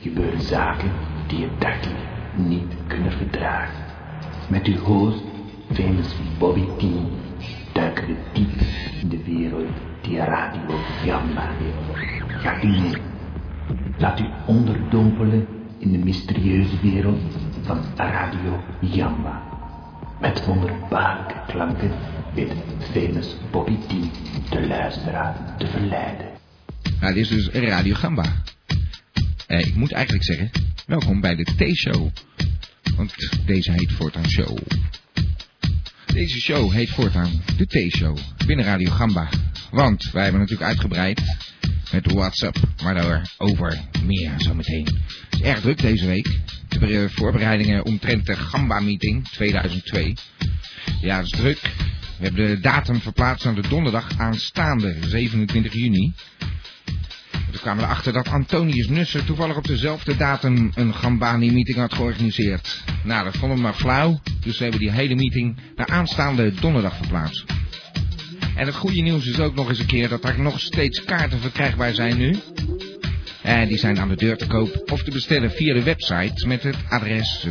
gebeuren zaken die je dagelijks niet kunnen verdragen. Met uw host, famous Bobby T, duiken we diep in de wereld die Radio Gamba heeft. Gaat u mee. Laat u onderdompelen in de mysterieuze wereld van Radio Gamba. Met wonderbaarlijke klanken weet famous Bobby T de luisteraar te verleiden. Nou, dit is dus Radio Gamba. Ik moet eigenlijk zeggen, welkom bij de T-show. Want deze heet voortaan show. Deze show heet voortaan de T-show binnen Radio Gamba. Want wij hebben natuurlijk uitgebreid met WhatsApp, maar daarover meer zometeen. Het is erg druk deze week. De voorbereidingen omtrent de Gamba-meeting 2002. Ja, dat is druk. We hebben de datum verplaatst naar de donderdag aanstaande 27 juni. Toen kwamen we erachter dat Antonius Nussen toevallig op dezelfde datum een Gambani-meeting had georganiseerd. Nou, dat vonden we maar flauw. Dus we hebben die hele meeting naar aanstaande donderdag verplaatst. En het goede nieuws is ook nog eens een keer dat er nog steeds kaarten verkrijgbaar zijn nu. En die zijn aan de deur te koop of te bestellen via de website met het adres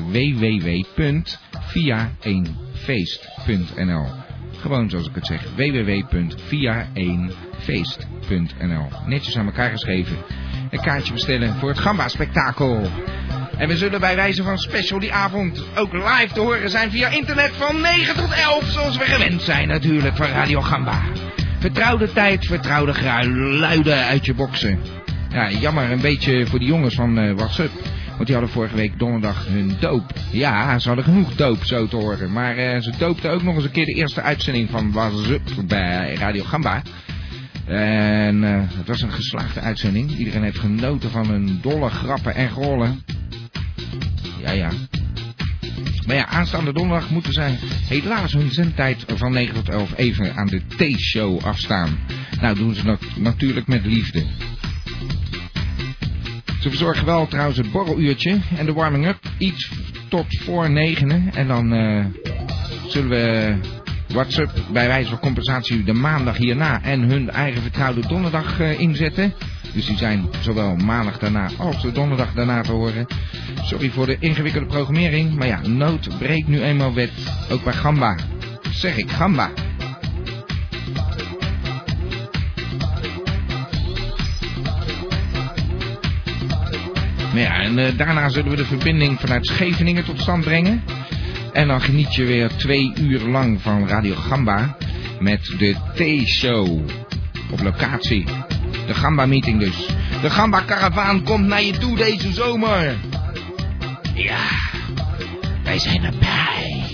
www.via1feest.nl. Gewoon zoals ik het zeg, www.via1feest.nl. Netjes aan elkaar geschreven. Een kaartje bestellen voor het Gamba-spektakel. En we zullen bij wijze van special die avond ook live te horen zijn via internet van 9 tot 11. Zoals we gewend zijn natuurlijk van Radio Gamba. Vertrouwde tijd, vertrouwde geluiden uit je boksen. Ja, jammer een beetje voor die jongens van WhatsApp. Want die hadden vorige week donderdag hun doop. Ja, ze hadden genoeg doop zo te horen. Maar ze doopten ook nog eens een keer de eerste uitzending van WhatsApp bij Radio Gamba. En het was een geslaagde uitzending. Iedereen heeft genoten van hun dolle grappen en rollen. Ja. Maar ja, aanstaande donderdag moeten zij helaas hun zendtijd van 9 tot 11 even aan de T-show afstaan. Nou doen ze dat natuurlijk met liefde. Ze verzorgen wel trouwens het borreluurtje en de warming-up iets tot voor 9. En dan zullen we WhatsApp bij wijze van compensatie de maandag hierna en hun eigen vertrouwde donderdag inzetten. Dus die zijn zowel maandag daarna als de donderdag daarna te horen. Sorry voor de ingewikkelde programmering, maar ja, nood breekt nu eenmaal wet, ook bij Gamba. Zeg ik, Gamba. Ja, en daarna zullen we de verbinding vanuit Scheveningen tot stand brengen. En dan geniet je weer 2 uur lang van Radio Gamba met de T-show op locatie. De Gamba-meeting dus. De Gamba-karavaan komt naar je toe deze zomer. Ja, wij zijn erbij.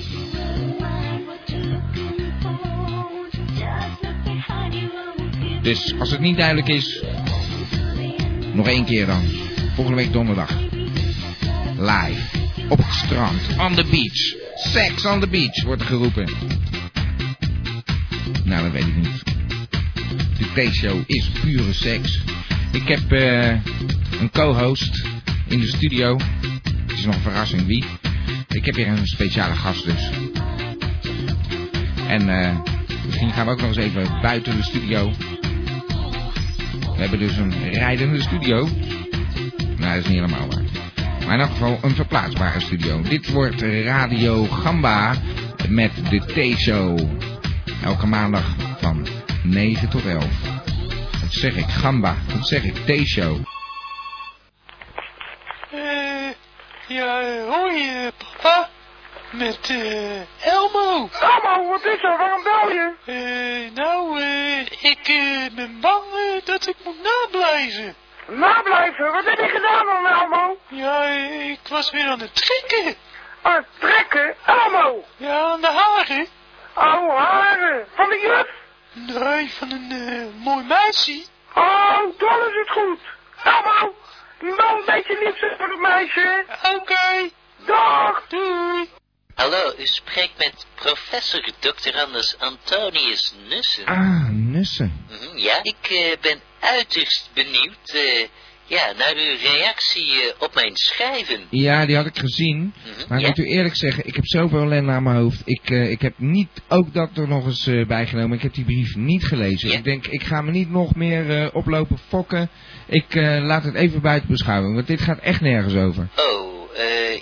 Dus als het niet duidelijk is, nog 1 keer dan. Volgende week donderdag. Live. Op het strand. On the beach. Sex on the beach wordt er geroepen. Nou, dat weet ik niet. De T-show is pure seks. Ik heb een co-host in de studio. Het is nog een verrassing wie. Ik heb hier een speciale gast dus. En misschien gaan we ook nog eens even buiten de studio. We hebben dus een rijdende studio. Nou, dat is niet helemaal waar. Maar in elk geval een verplaatsbare studio. Dit wordt Radio Gamba met de T-show. Elke maandag van 9 tot 11. Wat zeg ik? Gamba. Wat zeg ik? T-show. Hoi papa. Met Elmo. Elmo, wat is er? Waarom bel je? Ik ben bang dat ik moet nablijven. Nablijven? Wat heb je gedaan dan, Elmo? Ja, ik was weer aan het trekken. Aan het trekken? Elmo? Ja, aan de haren. Oh, haren. Van de juf? Nee, van een mooi meisje. Oh, dan is het goed. Elmo, wel een beetje lief zijn voor het meisje. Oké. Dag. Doei. Hallo, u spreekt met professor Dr. Anders Antonius Nussen. Ah, Nussen. Ja, ik ben uiterst benieuwd. Ja, naar uw reactie op mijn schrijven. Ja, die had ik gezien. Maar ik moet u eerlijk zeggen, ik heb zoveel ellende aan mijn hoofd. Ik heb niet ook dat er nog eens bijgenomen. Ik heb die brief niet gelezen. Ja. Ik denk, ik ga me niet nog meer oplopen fokken. Ik laat het even buiten beschouwing, want dit gaat echt nergens over. Oh,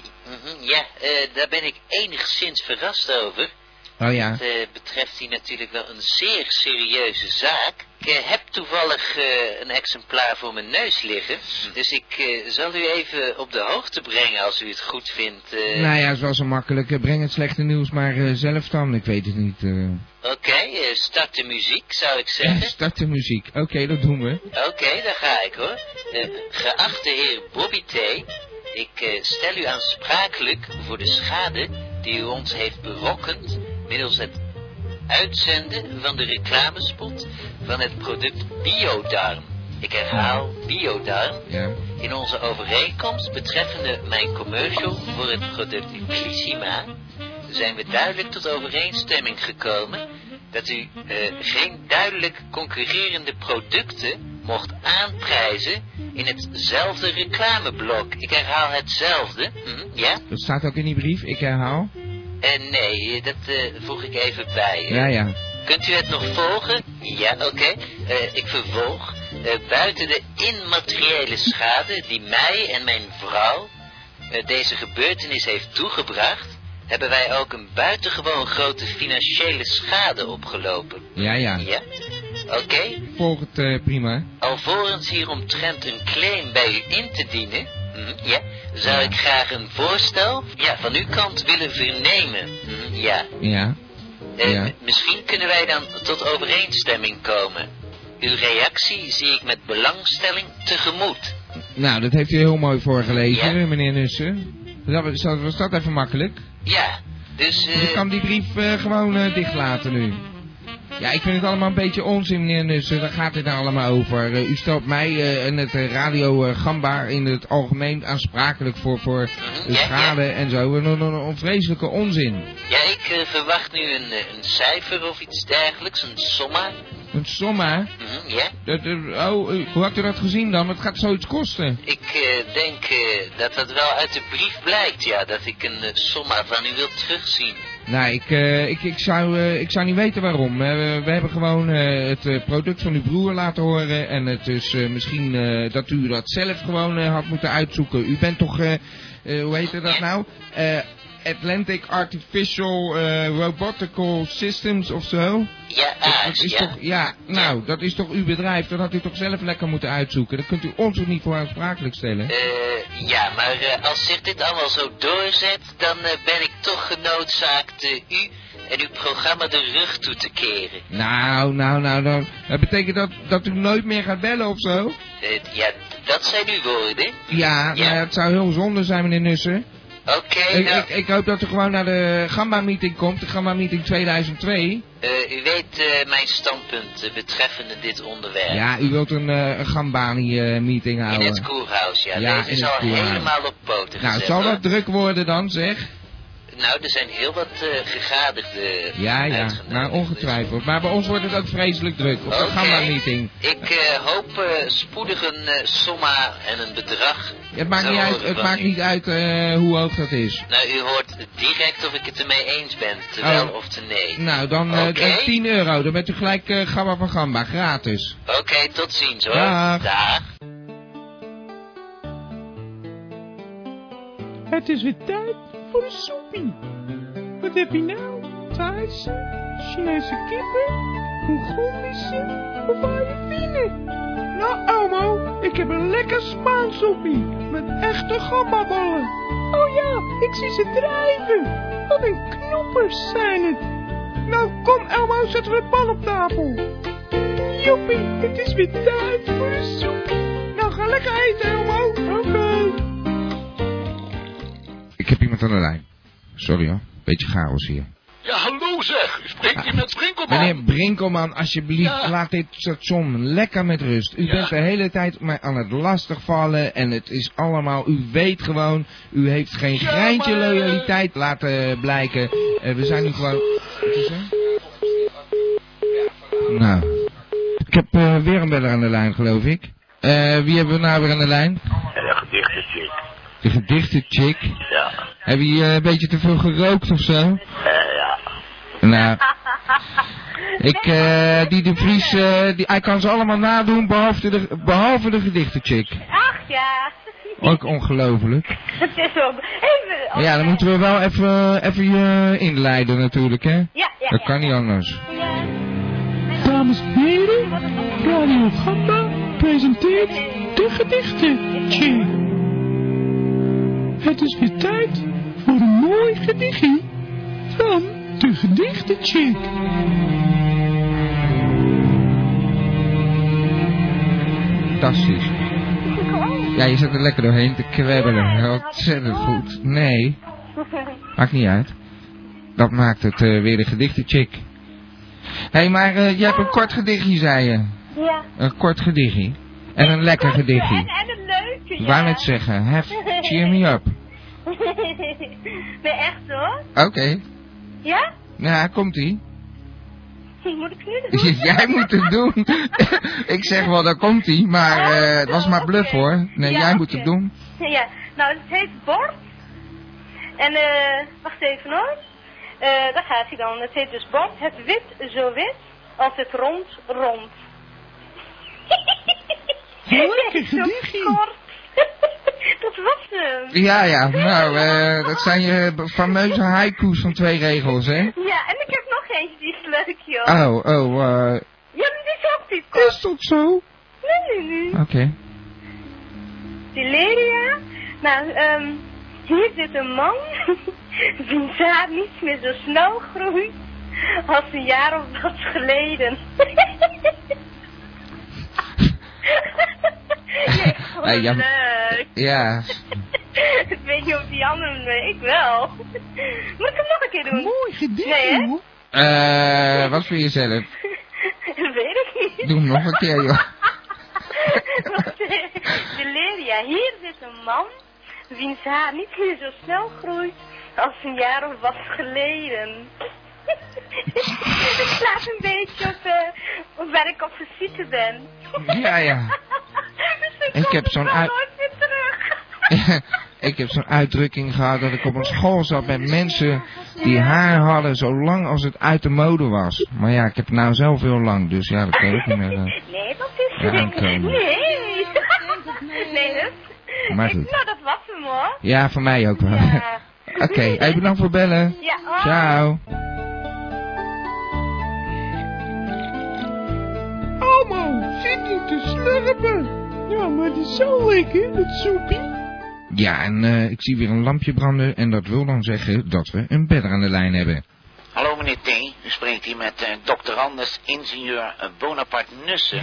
daar ben ik enigszins verrast over. Oh ja. Het betreft hier natuurlijk wel een zeer serieuze zaak. Ik heb toevallig een exemplaar voor mijn neus liggen. Dus ik zal u even op de hoogte brengen als u het goed vindt. Nou ja, het was zo makkelijk. Breng het slechte nieuws maar zelf dan. Ik weet het niet. Oké, start de muziek, zou ik zeggen. Start de muziek. Oké, dat doen we. Oké, daar ga ik hoor. Geachte heer Bobby T., ik stel u aansprakelijk voor de schade die u ons heeft berokkend middels het uitzenden van de reclamespot van het product Biodarm. Ik herhaal Biodarm. Ja. In onze overeenkomst betreffende mijn commercial voor het product Clissima zijn we duidelijk tot overeenstemming gekomen dat u geen duidelijk concurrerende producten mocht aanprijzen in hetzelfde reclameblok. Ik herhaal hetzelfde. Ja? Dat staat ook in die brief, ik herhaal. Nee, dat voeg ik even bij. Ja. Kunt u het nog volgen? Ja, oké. Ik vervolg. Buiten de immateriële schade die mij en mijn vrouw deze gebeurtenis heeft toegebracht, hebben wij ook een buitengewoon grote financiële schade opgelopen. Ja. Ja? Oké. Volg het prima. Alvorens hieromtrent een claim bij u in te dienen, zou ik graag een voorstel van uw kant willen vernemen. Ja. Misschien kunnen wij dan tot overeenstemming komen. Uw reactie zie ik met belangstelling tegemoet. Nou, dat heeft u heel mooi voorgelezen, Ja. meneer Nussen. Was dat even makkelijk? Ja, dus ik kan die brief gewoon dicht laten nu. Ja, ik vind het allemaal een beetje onzin, meneer Nussen. Daar gaat het nou allemaal over. U stelt mij en het Radio Gamba in het algemeen aansprakelijk voor schade en zo. Een vreselijke onzin. Ja, ik verwacht nu een cijfer of iets dergelijks, een somma. Een somma? Ja. Hoe had u dat gezien dan? Wat gaat zoiets kosten? Ik denk dat dat wel uit de brief blijkt, ja, dat ik een somma van u wil terugzien. Nou, ik zou niet weten waarom. We hebben gewoon het product van uw broer laten horen. En het is misschien dat u dat zelf gewoon had moeten uitzoeken. U bent toch, hoe heet dat nou? Atlantic Artificial Robotical Systems of zo? Ja, dat is toch, nou, dat is toch uw bedrijf. Dat had u toch zelf lekker moeten uitzoeken. Dat kunt u ons ook niet voor aansprakelijk stellen. Ja, maar als zich dit allemaal zo doorzet, dan ben ik toch genoodzaakt u en uw programma de rug toe te keren. Nou, dat betekent dat u nooit meer gaat bellen of zo? Ja, dat zijn uw woorden. Ja. Nou, het zou heel zonde zijn, meneer Nussen. Oké, nou... Ik hoop dat u gewoon naar de Gamba-meeting komt, de Gamba-meeting 2002. U weet mijn standpunt betreffende dit onderwerp. Ja, u wilt een Gambani-meeting houden. In het koerhuis, ja. Deze is al helemaal op poten gezet. Nou, zal dat druk worden dan, zeg? Nou, er zijn heel wat gegadigden. Ja, nou ongetwijfeld. Maar bij ons wordt het ook vreselijk druk op de Gamba-meeting. Ik hoop spoedig een somma en een bedrag. Het maakt niet uit hoe hoog dat is. Nou, u hoort direct of ik het ermee eens ben, terwijl of te nee. Nou, dan 10 euro. Dan bent u gelijk Gamba van Gamba, gratis. Oké, tot ziens hoor. Dag. Het is weer tijd voor de soepie. Wat heb je nou? Thaise, Chinese kippen, Mongolische of Arabine? Nou, Elmo, ik heb een lekker Spaans soepie met echte gambaballen. Oh ja, ik zie ze drijven. Wat een knoppers zijn het. Nou, kom Elmo, zetten we het bal op tafel. Joepie, het is weer tijd voor de soepie. Nou, ga lekker eten, Elmo. Oké. Ik heb iemand aan de lijn. Sorry hoor, beetje chaos hier. Ja, hallo zeg. Spreekt u met Brinkelman? Meneer Brinkelman, alsjeblieft, laat dit station lekker met rust. U bent de hele tijd mij aan het lastigvallen en het is allemaal, u weet gewoon, u heeft geen greintje loyaliteit laten blijken. We zijn nu gewoon... Wat is er? Nou, ik heb weer een beller aan de lijn, geloof ik. Wie hebben we nou weer aan de lijn? De gedichtenchick. De gedichtenchick? Ja. Heb je een beetje te veel gerookt of zo? Ja. Nou, die de Vries, hij kan ze allemaal nadoen behalve de gedichtenchick. Ach ja. Ook ongelooflijk. Het is ook even... Ja, dan moeten we wel even je inleiden natuurlijk, hè? Ja. Dat kan niet anders. Ja. Dames en heren, Radio Gamba presenteert de gedichtenchick. Het is weer tijd voor een mooi gedichtje van de gedichtenchick. Fantastisch. Ja, je zit er lekker doorheen te kwebbelen. Ontzettend goed. Nee, maakt niet uit. Dat maakt het weer de gedichtenchick. Hé, maar je hebt een kort gedichtje, zei je. Ja. Een kort gedichtje. En een lekker gedichtje. En een leuke, ja. Ik wou net zeggen, cheer me up. Nee, echt hoor. Oké. Ja? Nou, komt-ie. Moet ik nu doen? Jij moet het doen. Ik zeg wel, daar komt-ie, maar het was maar bluff hoor. Nee, Ja, jij moet oké. het doen. Ja, nou het heet Bord. En wacht even hoor. Daar gaat hij dan. Het heet dus Bord. Het wit zo wit als het rond rond. Lekker gedichtje. Kort. Dat was hem. Ja, nou, dat zijn je fameuze haiku's van 2 regels, hè? Ja, en ik heb nog eentje die is leuk joh. Ja, maar die is ook niet kort. Is dat zo? Nee. Oké. Deliria. Nou, hier zit een man wiens haar niet meer zo snel groeit als een jaar of wat geleden. Nee, gewoon Ja, leuk. Ja. Ik weet niet of die anderen mee, ik wel. Moet ik hem nog een keer doen? Mooi gedichtje, Nee, hè? hoor. Wat vind je zelf? Weet ik niet. Doe hem nog een keer, joh. Deliria, hier zit een man wiens haar niet meer zo snel groeit als een jaar of wat geleden. Het slaat een beetje op waar ik op visite ben. Ja. Misschien Ik heb komt het zo'n wel uit- nooit weer terug. Ik heb zo'n uitdrukking gehad dat ik op een school zat met mensen die haar hadden zo lang als het uit de mode was. Maar ja, ik heb het nou zelf heel lang, dus ja, dat kan ik niet meer. Nee, dat is Ja, niet. oké. Nee. Nee, dus. Maar goed. Nou, dat was hem hoor. Ja, voor mij ook wel. Ja. Oké, even bedankt voor bellen. Ja, hoi. Ciao. Allemaal, zit hier te slurpen. Ja, maar het is zo lekker, dat soepie. Ja, en ik zie weer een lampje branden en dat wil dan zeggen dat we een bedder aan de lijn hebben. Hallo meneer T, u spreekt hier met dokter Anders, ingenieur Bonaparte Nussen.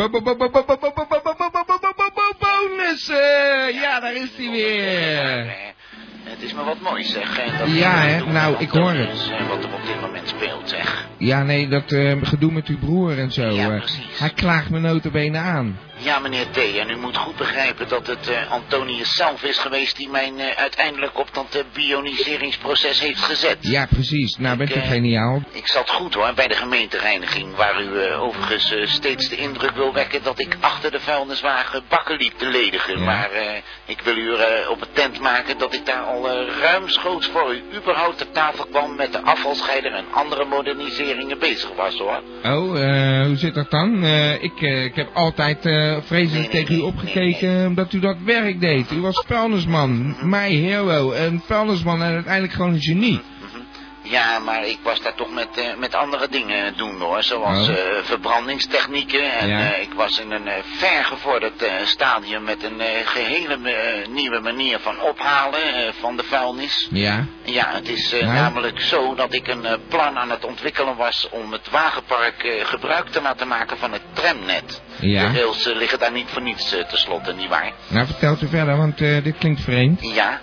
Bonussen! Ja, daar is hij weer. Het is me wat mooi zeg. Dat Ja, hè? gedoe Nou, met ik hoor het. Antonius, wat er op dit moment speelt zeg. Ja, nee, dat gedoe met uw broer en zo. Ja, precies. Hij klaagt me nota bene aan. Ja meneer T, en u moet goed begrijpen dat het Antonius zelf is geweest die mij uiteindelijk op dat bioniseringsproces heeft gezet. Ja, precies. Nou, bent u geniaal. Ik zat goed hoor, bij de gemeentereiniging, waar u overigens steeds de indruk wil wekken dat ik achter de vuilniswagen bakken liep te ledigen. Ja. Maar ik wil u op het tent maken dat ik daar al ruimschoots voor u überhaupt ter tafel kwam met de afvalscheider en andere moderniseringen bezig was hoor. Oh, hoe zit dat dan? Ik heb altijd vreselijk tegen u opgekeken omdat u dat werk deed. U was vuilnisman, my hero, een vuilnisman en uiteindelijk gewoon een genie. Ja, maar ik was daar toch met andere dingen doen hoor, zoals verbrandingstechnieken. En Ja. ik was in een vergevorderd stadium met een gehele nieuwe manier van ophalen van de vuilnis. Ja. Ja, het is Nou. namelijk zo dat ik een plan aan het ontwikkelen was om het wagenpark gebruik te laten maken van het tramnet. Ja. De rails liggen daar niet voor niets tenslotte, nietwaar? Nou, vertelt u verder, want dit klinkt vreemd. Ja.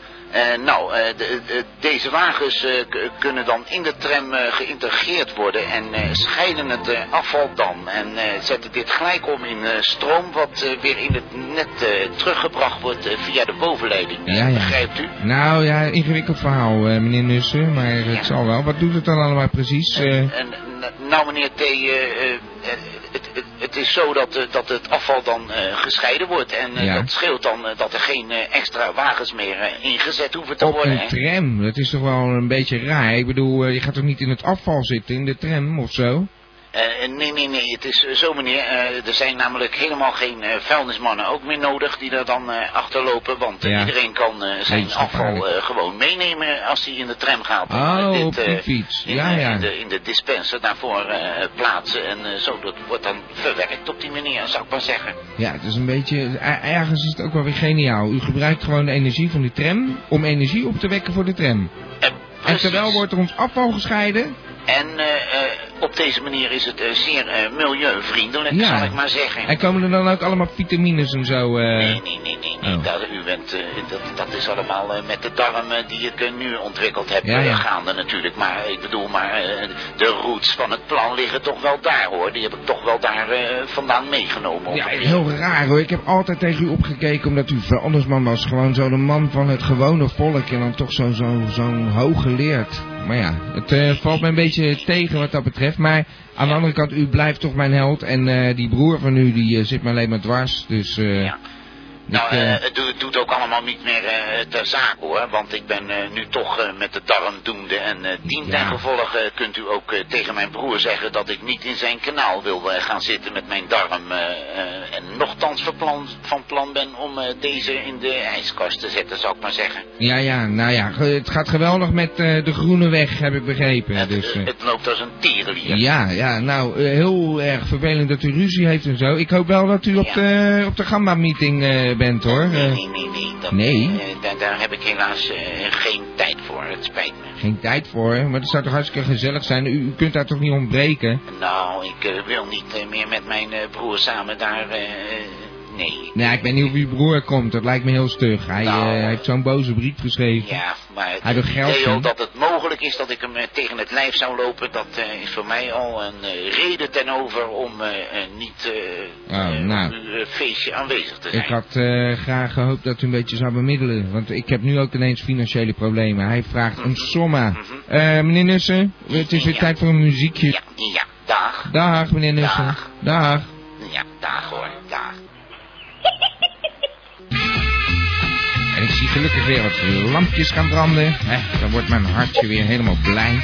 Deze wagens kunnen dan in de tram geïntegreerd worden en scheiden het afval dan. En zetten dit gelijk om in stroom wat weer in het net teruggebracht wordt via de bovenleiding. Ja. Begrijpt u? Nou ja, ingewikkeld verhaal, meneer Nussen, maar het zal wel. Wat doet het dan allemaal precies? Nou meneer T, het is zo dat het afval dan gescheiden wordt. En Ja. dat scheelt dan dat er geen extra wagens meer ingezet hoeven te Op worden. een hè. tram, dat is toch wel een beetje raar. Ik bedoel, je gaat toch niet in het afval zitten, in de tram of zo? Nee, het is zo meneer, er zijn namelijk helemaal geen vuilnismannen ook meer nodig die er dan achterlopen, want Ja. iedereen kan zijn Levensgevaarlijk. afval gewoon meenemen als hij in de tram gaat. En, Oh, op die fiets. Ja. In de dispenser daarvoor plaatsen en zo, dat wordt dan verwerkt op die manier, zou ik maar zeggen. Ja, het is een beetje, ergens is het ook wel weer geniaal. U gebruikt gewoon de energie van die tram om energie op te wekken voor de tram. En Precies. terwijl wordt er ons afval gescheiden. En op deze manier is het zeer milieuvriendelijk, Ja. zal ik maar zeggen. En komen er dan ook allemaal vitamines en zo? Nee. Oh. U bent, dat is allemaal met de darmen die ik nu ontwikkeld heb Ja. gaande natuurlijk. Maar ik bedoel, de roots van het plan liggen toch wel daar hoor. Die heb ik toch wel daar vandaan meegenomen. Ja, heel raar hoor. Ik heb altijd tegen u opgekeken omdat u vuilnisman was. Gewoon zo de man van het gewone volk en dan toch zo'n hooggeleerd. Maar ja, het valt me een beetje tegen wat dat betreft. Maar aan de andere kant, u blijft toch mijn held. En die broer van u, die zit me alleen maar dwars. Dus Ja. Nou, het doet ook allemaal niet meer ter zake hoor, want ik ben nu toch met de darmdoende en dien ten gevolge kunt u ook tegen mijn broer zeggen dat ik niet in zijn kanaal wil gaan zitten met mijn darm en nochtans van plan ben om deze in de ijskast te zetten, zou ik maar zeggen. Ja, nou ja, het gaat geweldig met de groene weg, heb ik begrepen. Het loopt als een tierenlier. Ja, nou, heel erg vervelend dat u ruzie heeft en zo. Ik hoop wel dat u op de Gamba-meeting bent, hoor. Nee. Daar heb ik helaas geen tijd voor, het spijt me. Geen tijd voor, maar dat zou toch hartstikke gezellig zijn. U kunt daar toch niet ontbreken? Nou, ik wil niet meer met mijn broer samen daar... Nee. Nee, ik weet niet of uw broer komt. Dat lijkt me heel stug. Hij heeft zo'n boze brief geschreven. Ja, maar hij wil geld Theo, zien. dat het mogelijk is dat ik hem tegen het lijf zou lopen, dat is voor mij al een reden ten over om niet op uw feestje aanwezig te zijn. Ik had graag gehoopt dat u een beetje zou bemiddelen. Want ik heb nu ook ineens financiële problemen. Hij vraagt een somma. Meneer Nussen, het is weer tijd voor een muziekje. Ja, dag. Dag, meneer Nussen. Dag. Ja, dag hoor, dag. En ik zie gelukkig weer wat lampjes gaan branden. Dan wordt mijn hartje weer helemaal blij.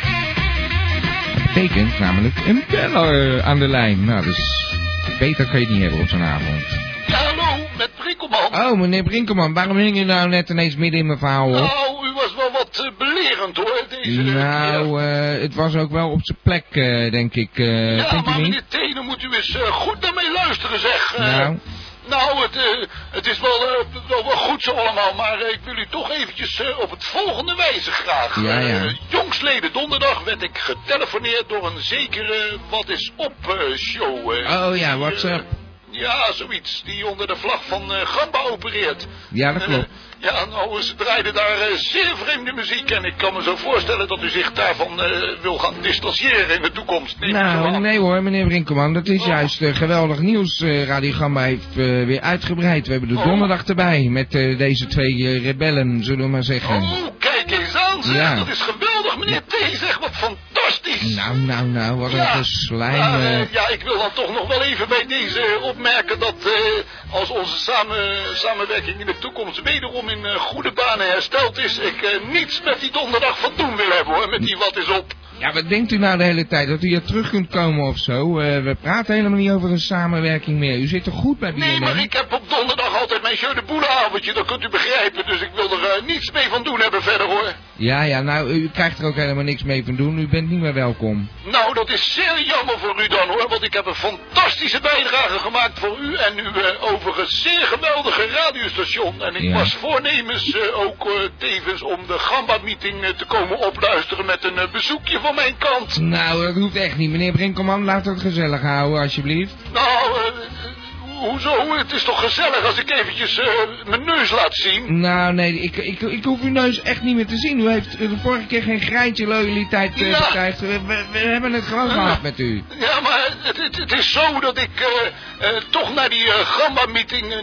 Dat betekent namelijk een beller aan de lijn. Nou, dus beter kan je het niet hebben op zo'n avond. Ja, hallo, met Brinkelman. Oh, meneer Brinkelman, waarom hing u nou net ineens midden in mijn verhaal op? Nou, u was wel wat belerend hoor, deze... Nou, het was ook wel op zijn plek, denk ik. ja, vindt u maar niet? meneer Tenen, moet u eens goed naar mij luisteren, zeg. Nou, het is wel goed zo allemaal, maar ik wil u toch eventjes op het volgende wijzen graag. Ja. Jongsleden donderdag werd ik getelefoneerd door een zekere Wat is op show. Oh ja, WhatsApp. Ja, zoiets, die onder de vlag van Gamba opereert. Ja, dat klopt. Ja, nou, ze draaiden daar zeer vreemde muziek en ik kan me zo voorstellen dat u zich daarvan wil gaan distancieren in de toekomst. Nou, nee hoor, meneer Brinkelman, dat is juist geweldig nieuws. Radio Gamba heeft weer uitgebreid. We hebben de donderdag erbij met deze twee rebellen, zullen we maar zeggen. Oh, kijk eens aan, zeg. Ja. Dat is geweldig, meneer T. Zeg, wat fantastisch. Nou, wat een geslijm. Ja, ik wil dan toch nog wel even bij deze opmerken dat als onze samenwerking in de toekomst wederom in goede banen hersteld is, ik niets met die donderdag van doen wil hebben hoor, met die Wat is op. Ja, wat denkt u nou de hele tijd? Dat u hier terug kunt komen of zo? We praten helemaal niet over een samenwerking meer. U zit toch goed bij BNN? Nee, maar ik heb op donderdag altijd mijn jeu de boule avondje, dat kunt u begrijpen. Dus ik wil er niets mee van doen hebben verder hoor. Ja, nou, u krijgt er ook helemaal niks mee van doen. U bent niet meer welkom. Nou, dat is zeer jammer voor u dan hoor, want ik heb een fantastische bijdrage gemaakt voor u en uw overigens zeer geweldige radiostation. En ik was voornemens ook tevens om de Gamba-meeting te komen opluisteren met een bezoekje van mijn kant. Nou, dat hoeft echt niet. Meneer Brinkelman, laat het gezellig houden, alsjeblieft. Nou, hoezo? Het is toch gezellig als ik eventjes mijn neus laat zien? Nou, nee, ik hoef uw neus echt niet meer te zien. U heeft de vorige keer geen greintje loyaliteit gekregen. We hebben het gewoon gehad met u. Ja, maar het is zo dat ik toch naar die Gamba-meeting...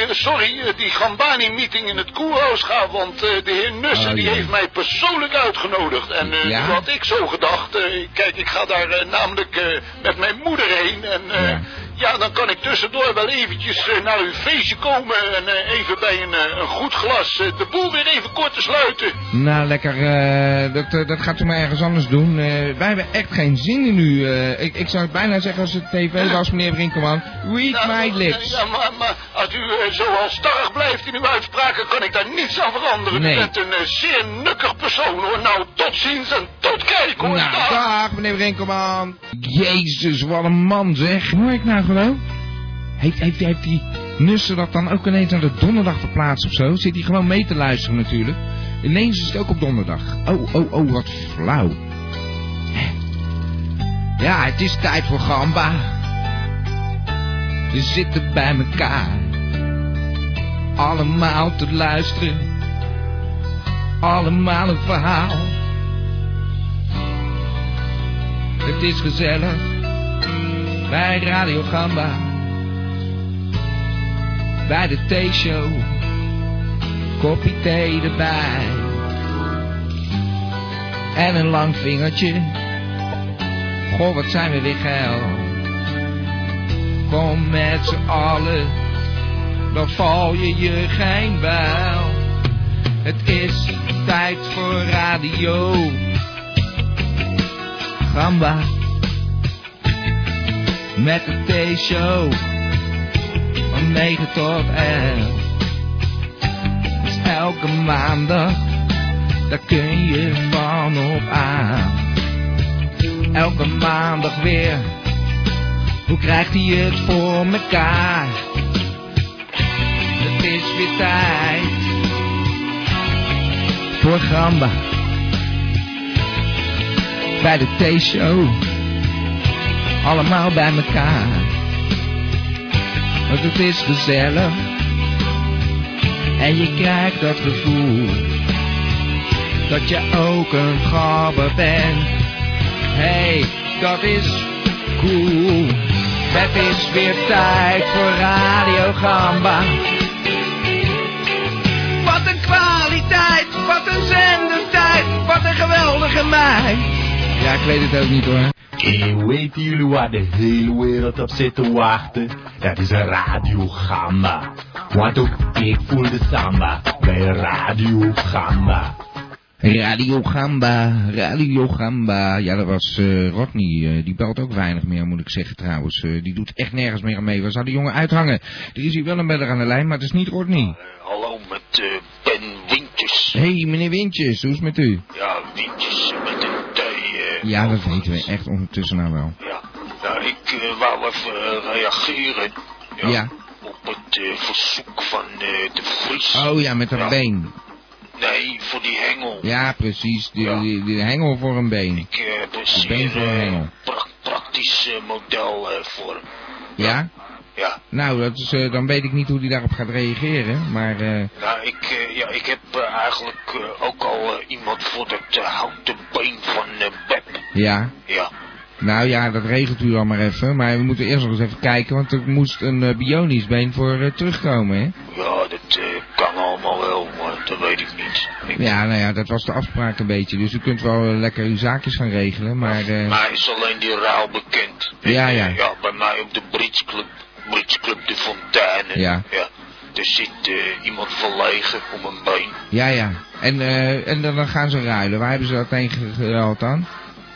die Gambani-meeting in het koerhuis ga. Want de heer Nussen die heeft mij persoonlijk uitgenodigd. En nu had ik zo gedacht... kijk, ik ga daar namelijk met mijn moeder heen. En Ja, dan kan ik tussendoor wel eventjes naar uw feestje komen en even bij een goed glas de boel weer even kort te sluiten. Nou, lekker, dat gaat u maar ergens anders doen. Wij hebben echt geen zin in u. Ik zou het bijna zeggen als het tv was, meneer Brinkelman. Read my lips. Ja, maar als u zo halstarrig blijft in uw uitspraken, kan ik daar niets aan veranderen. Nee. U bent een zeer nukkig persoon, hoor. Nou, tot ziens en tot kijk, hoor. Nou, dag, meneer Brinkelman. Jezus, wat een man, zeg. Hoor ik nou geloof? Heeft die Nussen dat dan ook ineens aan de donderdag verplaatst of zo? Zit hij gewoon mee te luisteren natuurlijk? Ineens is het ook op donderdag. Oh, wat flauw. Ja, het is tijd voor Gamba. We zitten bij elkaar. Allemaal te luisteren. Allemaal een verhaal. Het is gezellig. Bij Radio Gamba. Bij de theeshow. Kopje thee erbij. En een lang vingertje. Goh, wat zijn we weer geil. Kom met z'n allen. Dan val je geen buil. Het is tijd voor Radio Gamba. Met de theeshow. Van 9 tot 11. Dus elke maandag. Daar kun je van op aan. Elke maandag weer. Hoe krijgt hij het voor mekaar? Het is weer tijd voor Gamba. Bij de theeshow. Allemaal bij elkaar. Want het is gezellig. En je krijgt dat gevoel. Dat je ook een gabber bent. Hey, dat is cool. Het is weer tijd voor Radio Gamba. Wat een kwaliteit, wat een zendertijd, wat een geweldige meid. Ja, ik weet het ook niet hoor. En weten jullie waar de hele wereld op zit te wachten? Dat is een Radio Gamba. Want ook ik voel de samba bij Radio Gamba. Radio Gamba. Ja, dat was Rodney. Die belt ook weinig meer, moet ik zeggen trouwens. Die doet echt nergens meer aan mee. We zouden de jongen uithangen. Er is hier wel een beller aan de lijn, maar het is niet Rodney. Hallo, met Ben Wintjes. Hey, meneer Wintjes, hoe is het met u? Ja, Wintjes met een T. Ja, dat weten we echt ondertussen nou wel. Ja, nou, ik wou even reageren. Ja. Op het verzoek van de Vries. Oh ja, met dat been. Nee, voor die hengel. Ja, precies. Die hengel voor een been. Ik heb een been voor een hengel. praktisch model voor hem. Ja? Ja. Nou, dat is, dan weet ik niet hoe die daarop gaat reageren, maar... Nou, ik heb eigenlijk ook al iemand voor dat houten been van Beb. Ja? Ja. Nou ja, dat regelt u dan maar even, maar we moeten eerst nog eens even kijken, want er moest een bionisch been voor terugkomen, hè? Ja, dat kan allemaal wel, maar dat weet ik niet. Ja, nou ja, dat was de afspraak een beetje, dus u kunt wel lekker uw zaakjes gaan regelen, maar... mij is alleen die ruil bekend. Ja. Ja, bij mij op de Bridgeclub de Fontaine. Ja. Ja. Er zit iemand verlegen om een been. Ja. En dan gaan ze ruilen. Waar hebben ze dat tegen geruild dan?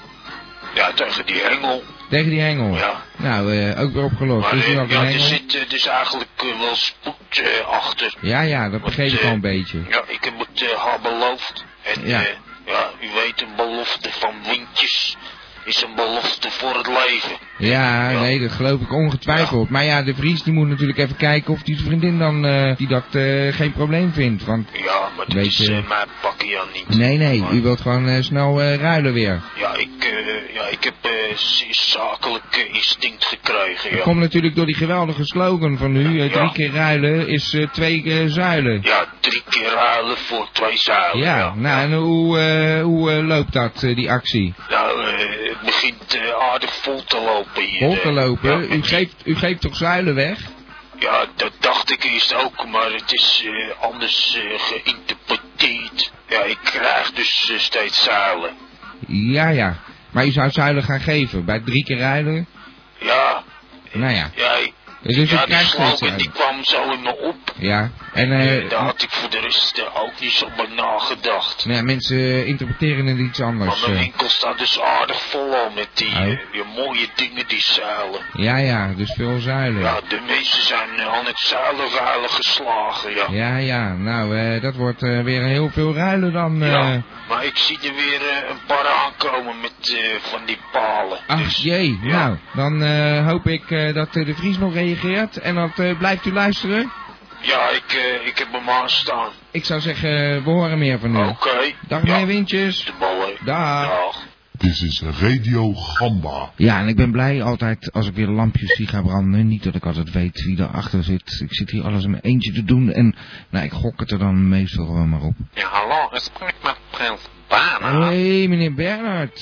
Ja, tegen die hengel. Tegen die hengel? Ja. Nou, ook weer opgelost. Maar dus er zit dus eigenlijk wel spoed achter. Ja, dat begreep ik al een beetje. Ja, ik heb het haar beloofd. En ja, u weet, een belofte van Wintjes is een belofte voor het leven. Ja, nee, dat geloof ik ongetwijfeld. Ja. Maar ja, de Vries die moet natuurlijk even kijken of die zijn vriendin dan die dat geen probleem vindt. Want, ja, maar dat is mijn pakje aan niet. Nee, u wilt gewoon snel ruilen weer. Ja, ik heb zakelijk instinct gekregen. Dat komt natuurlijk door die geweldige slogan van u. 3 keer ruilen is 2 zuilen. Ja, 3 keer ruilen voor 2 zuilen. Ja, nou en hoe loopt dat, die actie? Nou, het begint aardig vol te lopen hier. Vol te lopen? Ja, u geeft toch zuilen weg? Ja, dat dacht ik eerst ook, maar het is anders geïnterpreteerd. Ja, ik krijg dus steeds zuilen. Ja. Maar u zou zuilen gaan geven, bij 3 keer ruilen? Ja. Nou ja. Ja, Dus je die krijgt steeds slogan die kwam zo in me op. Ja, en... daar had ik voor de rest ook niet zo bij nagedacht. Nou ja, mensen interpreteren het iets anders. Maar mijn winkel staat dus aardig vol al met die mooie dingen, die zuilen. Ja, dus veel zuilen. Ja, de meeste zijn aan het zuilenruilen geslagen, ja. Ja, nou, dat wordt weer heel veel ruilen dan. Ja, maar ik zie er weer een paar aankomen met van die palen. Ach dus, jee, ja. Nou, dan hoop ik dat de Vries nog reageert en dat blijft u luisteren. Ja, ik heb hem aanstaan. Ik zou zeggen, we horen meer van u. Oké. Dag meneer Wintjes. De ballen. Dag. Dit is Radio Gamba. Ja, en ik ben blij altijd als ik weer lampjes zie gaan branden. Niet dat ik altijd weet wie erachter zit. Ik zit hier alles in mijn eentje te doen en nou, ik gok het er dan meestal gewoon maar op. Ja, hallo, ik spreek met Prins Bernhard. Hé, meneer Bernhard.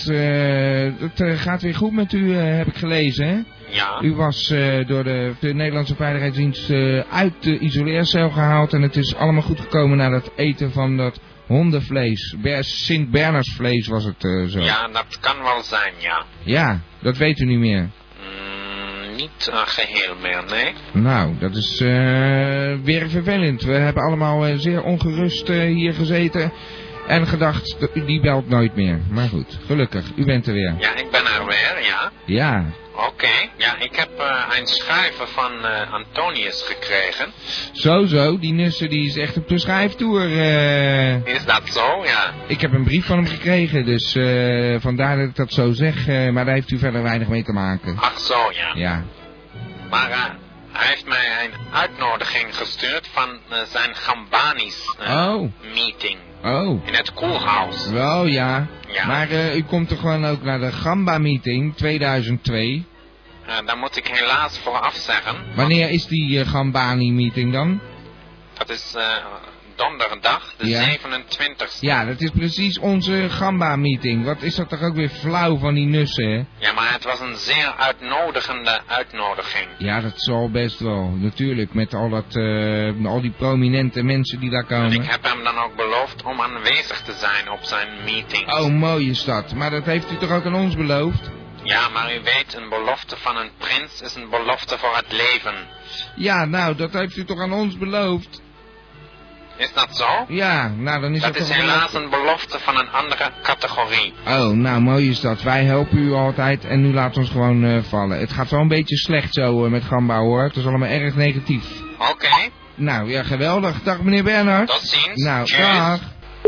Het gaat weer goed met u, heb ik gelezen, hè? Ja. U was door de Nederlandse Veiligheidsdienst uit de isoleercel gehaald en het is allemaal goed gekomen na dat eten van dat hondenvlees. Sint-Bernardsvlees was het zo. Ja, dat kan wel zijn, ja. Ja, dat weet u niet meer. Niet geheel meer, nee. Nou, dat is weer vervelend. We hebben allemaal zeer ongerust hier gezeten en gedacht, die belt nooit meer. Maar goed, gelukkig, u bent er weer. Ja, ik ben er weer, ja. Ja. Oké. Ja, ik heb een schrijver van Antonius gekregen. Zo, die Nussen die is echt op de schrijftoer. Is dat zo, ja? Ik heb een brief van hem gekregen, dus vandaar dat ik dat zo zeg, maar daar heeft u verder weinig mee te maken. Ach zo, ja. Ja. Maar hij heeft mij een uitnodiging gestuurd van zijn Gambanis meeting. Oh. In het Koelhuis. Wel, ja. Ja. Maar u komt toch gewoon ook naar de Gamba-meeting 2002? Daar moet ik helaas voor afzeggen. Wanneer is die Gambani-meeting dan? Dat is donderdag, de 27e. Ja, dat is precies onze Gamba-meeting. Wat is dat toch ook weer flauw van die Nussen, hè? Ja, maar het was een zeer uitnodigende uitnodiging. Ja, dat zal best wel. Natuurlijk, met al die prominente mensen die daar komen. En ik heb hem dan ook beloofd om aanwezig te zijn op zijn meeting. Oh, mooi is dat. Maar dat heeft u toch ook aan ons beloofd? Ja, maar u weet, een belofte van een prins is een belofte voor het leven. Ja, nou, dat heeft u toch aan ons beloofd? Is dat zo? Ja, nou dan is dat is helaas een belofte van een andere categorie. Oh, nou mooi is dat. Wij helpen u altijd en nu laat ons gewoon vallen. Het gaat wel een beetje slecht zo met Gamba hoor. Het is allemaal erg negatief. Oké. Nou ja, geweldig. Dag meneer Bernhard. Tot ziens. Nou, Cheers. dag.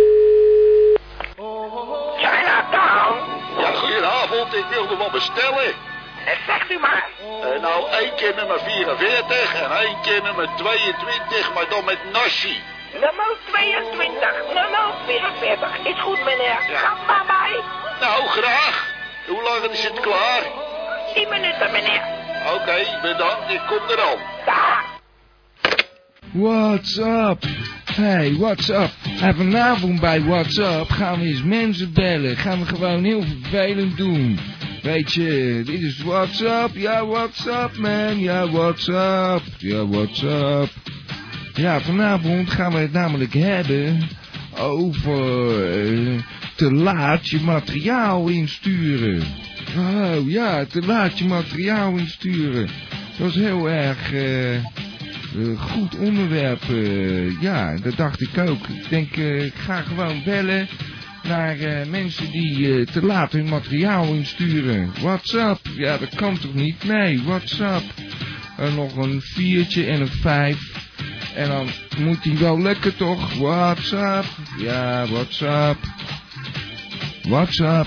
Ja, goedenavond. Ik wilde wat bestellen. Zegt u maar. Nou, 1 keer nummer 44 en 1 keer nummer 22, maar dan met nasi. Nummer 22, nummer 44. Is goed, meneer. Ga maar bij. Nou, graag. Hoe lang is het klaar? 10 minuten, meneer. Oké, bedankt. Ik kom er al. Daar. What's up? Hey, what's up? En vanavond bij What's Up gaan we eens mensen bellen. Gaan we gewoon heel vervelend doen. Weet je, dit is What's Up. Ja, what's up, man. Ja, what's up. Ja, what's up. Ja, vanavond gaan we het namelijk hebben over te laat je materiaal insturen. Oh ja, te laat je materiaal insturen. Dat is heel erg goed onderwerp. Ja, dat dacht ik ook. Ik denk, ik ga gewoon bellen naar mensen die te laat hun materiaal insturen. What's up? Ja, dat kan toch niet? Nee, what's up? Nog een 4'tje en een 5. En dan moet hij wel lukken toch? What's up? Ja, what's up? What's up?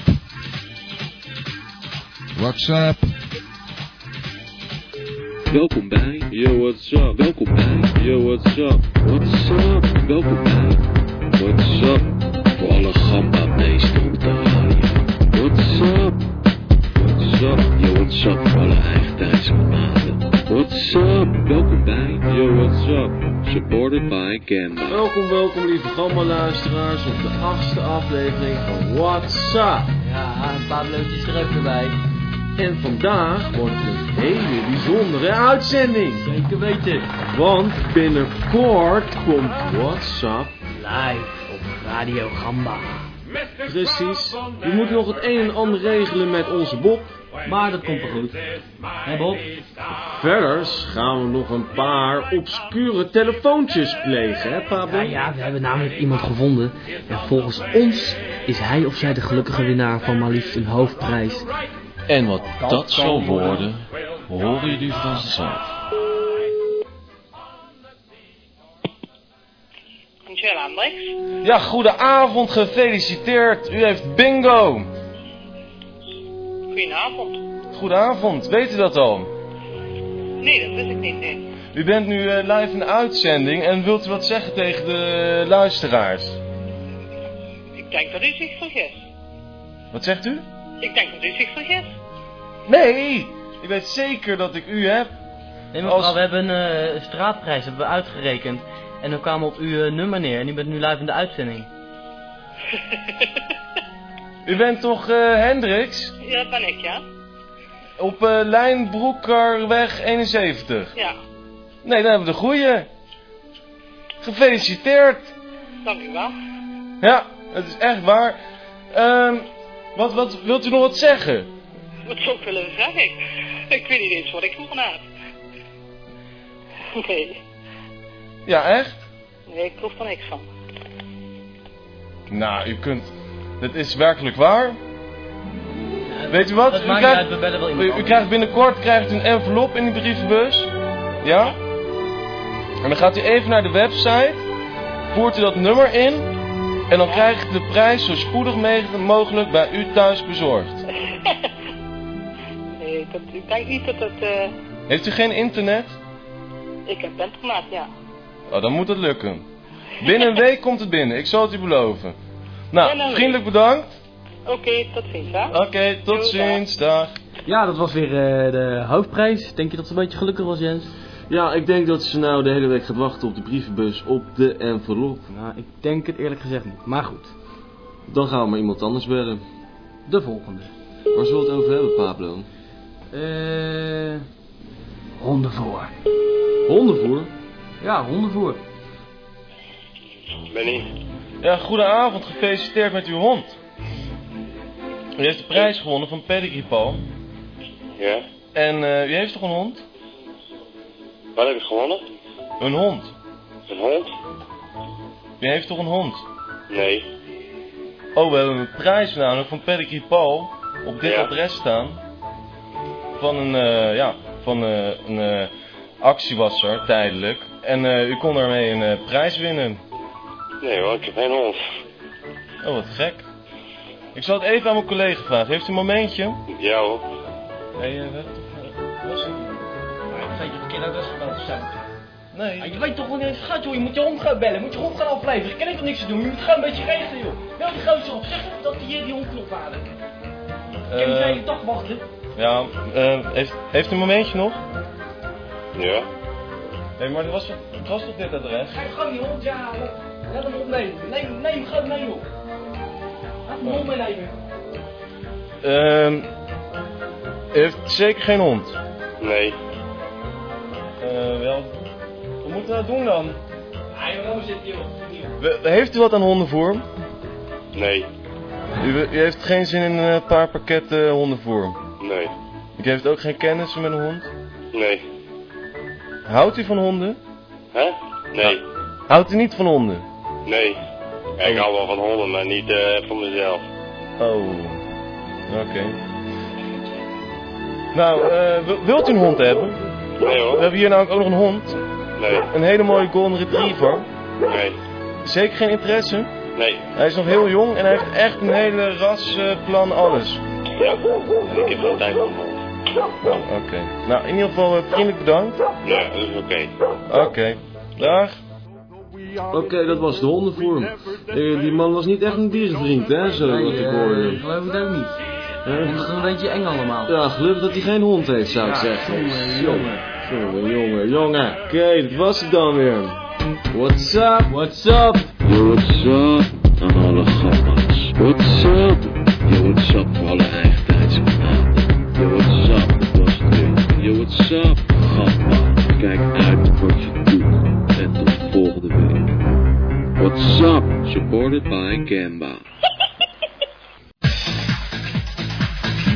What's up? Welkom bij Yo What's Up. Welkom bij Yo What's Up. What's up? Welkom bij What's Up. Voor alle gamba-beesten op de radio. What's up? What's up? Yo What's Up voor alle eigentijdse maanden. What's up? Welkom bij Yo What's Up. Supported by Gamba. Welkom lieve gamba-luisteraars op de 8e aflevering van What's Up. Ja, een paar leukjes er even bij. En vandaag wordt het een hele bijzondere uitzending. Zeker weten. Want binnenkort komt What's Up live op Radio Gamba. Precies. We moeten nog het een en ander regelen met onze Bob. Maar dat komt wel goed. Hé Bob? Verder gaan we nog een paar obscure telefoontjes plegen, hè Pablo? Ja, we hebben namelijk iemand gevonden. En volgens ons is hij of zij de gelukkige winnaar van maar liefst een hoofdprijs. En wat dat zal worden, horen jullie vanzelf. Ja, goedenavond, gefeliciteerd. U heeft bingo. Goedenavond. Goedenavond, weet u dat al? Nee, dat wist ik niet, nee. U bent nu live in de uitzending en wilt u wat zeggen tegen de luisteraars? Ik denk dat u zich vergist. Wat zegt u? Ik denk dat u zich vergist. Nee, ik weet zeker dat ik u heb. Nee mevrouw, we hebben een straatprijs hebben we uitgerekend. En dan kwamen we op uw nummer neer en u bent nu live in de uitzending. U bent toch Hendricks? Ja, dat ben ik, ja. Op Lijnbroekerweg 71? Ja. Nee, dan hebben we de goeie. Gefeliciteerd. Dank u wel. Ja, het is echt waar. Wat wilt u nog wat zeggen? Wat zou ik willen zeggen? Ik weet niet eens wat ik vroeg had. Nee. Ja, echt? Nee, ik proef er niks van. Nou, u kunt... Het is werkelijk waar. Weet u wat? U krijgt binnenkort een envelop in de brievenbus. Ja? En dan gaat u even naar de website. Voert u dat nummer in. En dan krijgt u de prijs zo spoedig mogelijk bij u thuis bezorgd. Nee, ik denk niet dat het... Heeft u geen internet? Ik heb internet, ja. Oh, dan moet het lukken. Binnen een week komt het binnen, ik zal het u beloven. Nou, vriendelijk bedankt. Oké, tot ziens, hè. Oké, tot ziens, dag. Ja, dat was weer de hoofdprijs. Denk je dat ze een beetje gelukkig was, Jens? Ja, ik denk dat ze nou de hele week gaat wachten op de brievenbus, op de envelop. Nou, ik denk het eerlijk gezegd niet, maar goed. Dan gaan we maar iemand anders bellen. De volgende. Waar zullen we het over hebben, Pablo? Hondenvoer. Hondenvoer? Ja, hondenvoer. Benny. Ja, goedenavond, gefeliciteerd met uw hond. U heeft de prijs gewonnen van Pedigree Paul. Ja. En u heeft toch een hond? Wat heb ik gewonnen? Een hond. Een hond? U heeft toch een hond? Nee. Oh, we hebben een prijs namelijk van Pedigree Paul op dit adres staan. Van een actiewasser, tijdelijk. En u kon daarmee een prijs winnen. Nee hoor, ik heb geen hond. Oh, wat gek. Ik zal het even aan mijn collega vragen. Heeft u een momentje? Ja hoor. Hey, Ik ga je verkeerd adres gebeld zijn. Nee. Je weet toch wel niet eens gaat, joh. Je moet je hond gaan bellen. Moet je hond gaan afleveren. Ik kan ik toch niks te doen. Je moet gewoon een beetje regelen, joh. Bel die gozer op. Zeg dat hij die hond wil ophalen. Ik kan niet de hele dag wachten. Ja, heeft u een momentje nog? Ja. Nee, maar het was toch dit adres? Ga je gewoon die hond halen. Laat hem opnemen. Neem hem gewoon mee, joh. Laat hem hond meenemen. U heeft zeker geen hond? Nee. Wel. Wat moeten we nou doen dan? Waarom zit hier, joh? Heeft u wat aan hondenvoer? Nee. U heeft geen zin in een paar pakketten hondenvoer? Nee. U heeft ook geen kennis met een hond? Nee. Houdt u van honden? Hè? Nee. Houdt u niet van honden? Nee. Ik hou wel van honden, maar niet van mezelf. Oh. Oké. Nou, wilt u een hond hebben? Nee hoor. We hebben hier namelijk ook nog een hond. Nee. Een hele mooie golden retriever. Nee. Zeker geen interesse? Nee. Hij is nog heel jong en hij heeft echt een hele rasplan alles. Ja, ik heb geen tijd voor een hond. Oké. Nou, in ieder geval vriendelijk bedankt. Ja, dat is oké. Oké. Dag. Oké, dat was de hondenvoer. Die man was niet echt een dierenvriend, hè, zo wat ik hoorde. Ik geloof het ook niet. Vond het een beetje eng allemaal. Ja, gelukkig dat hij geen hond heeft, zou ik zeggen. Jongen. Oké, dat was het dan weer. What's up? What's up? Yo, what's up? Aan alle gamma's. What's up? Yo, what's up voor alle eigentijdskanalen. Yo, what's up? Dat was het weer. Yo, what's up? Gamma. Kijk uit wat je doet. En tot volgende week. What's up? Supported by Gamba.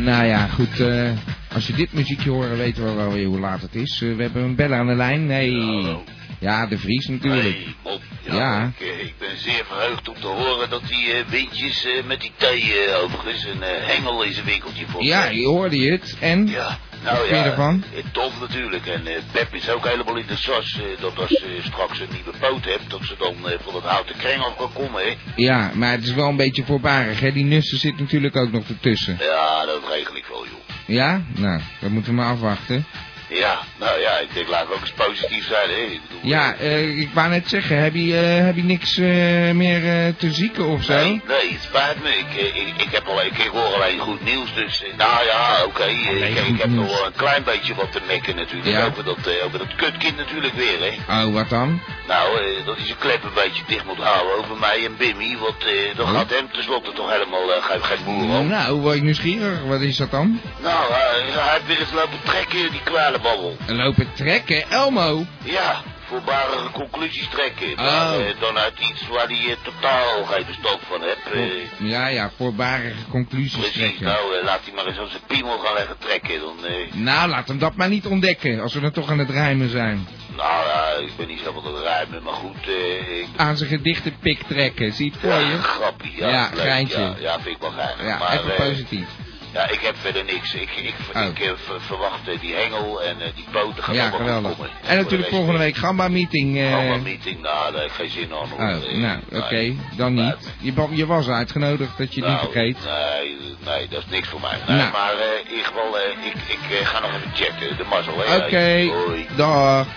Nou ja, goed. Als je dit muziekje hoort, weten we wel weer hoe laat het is. We hebben een beller aan de lijn. Nee. Ja, de Vries natuurlijk. Hey, Bob. Ja. Ik ben zeer verheugd om te horen dat die windjes met die thee overigens een hengel in zijn winkeltje vond. Ja, hoorde je het. En? Ja. Wat Nou vind je ja, ervan? tof natuurlijk. En Pep is ook helemaal in de sas dat als ze straks een nieuwe poot hebt, dat ze dan van het houten kreng af kan komen, hè. Ja, maar het is wel een beetje voorbarig, hè. Die nussen zit natuurlijk ook nog ertussen. Ja, dat regel ik wel, joh. Ja? Nou, dat moeten we maar afwachten. Ja, nou ja, ik denk laten we ook eens positief zijn, hè. Ik bedoel, ja, ik wou net zeggen, heb je niks meer te zieken of zo? Nee, het spijt me. Ik hoor alleen goed nieuws, dus nou ja, oké. Ik heb nog wel een klein beetje wat te mekken natuurlijk. Ja. Over dat kutkind natuurlijk weer, hè. Oh, wat dan? Nou, dat hij zijn klep een beetje dicht moet houden over mij en Bimmy, want dan gaat hem tenslotte toch helemaal geen boer op. Nou, word ik nieuwsgierig. Wat is dat dan? Nou, hij heeft weer eens lopen trekken, die kwijlenbabbel. Lopen trekken? Elmo? Ja, voorbarige conclusies trekken. Oh. Dan uit iets waar hij totaal geen verstand van hebt. Ja, voorbarige conclusies precies, trekken. Nou, laat hij maar eens aan zijn piemel gaan leggen trekken. Dan, Nou, laat hem dat maar niet ontdekken, als we dan toch aan het rijmen zijn. Nou, ik ben niet zo van het rijmen, maar goed. Aan zijn gedichte pik trekken, zie je het voor je? Grappie, ja. Ja, geintje. Ja, vind ik wel geinig. Ja, maar, even positief. Ja, ik heb verder niks. Ik verwacht die hengel en die poten gaan ja, geweldig. Komen. En natuurlijk volgende week Gamba-meeting. Gamba-meeting, nou, daar heb ik geen zin aan. Nou, oké, dan niet. Je was uitgenodigd, dat je het niet vergeet. Nee, dat is niks voor mij. Nee, nou. Maar in ieder geval, ik ga nog even checken, de mazzel. Oké, dag.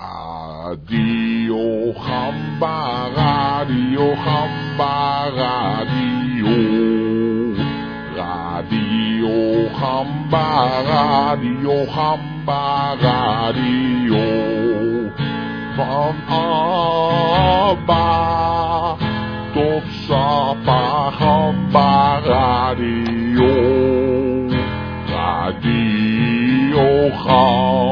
Radio Gamba, Radio Gamba, Radio. Radio Gamba, Radio Gamba, Radio. Van Abba tot Sapa Gamba, Radio. Radio Gamba.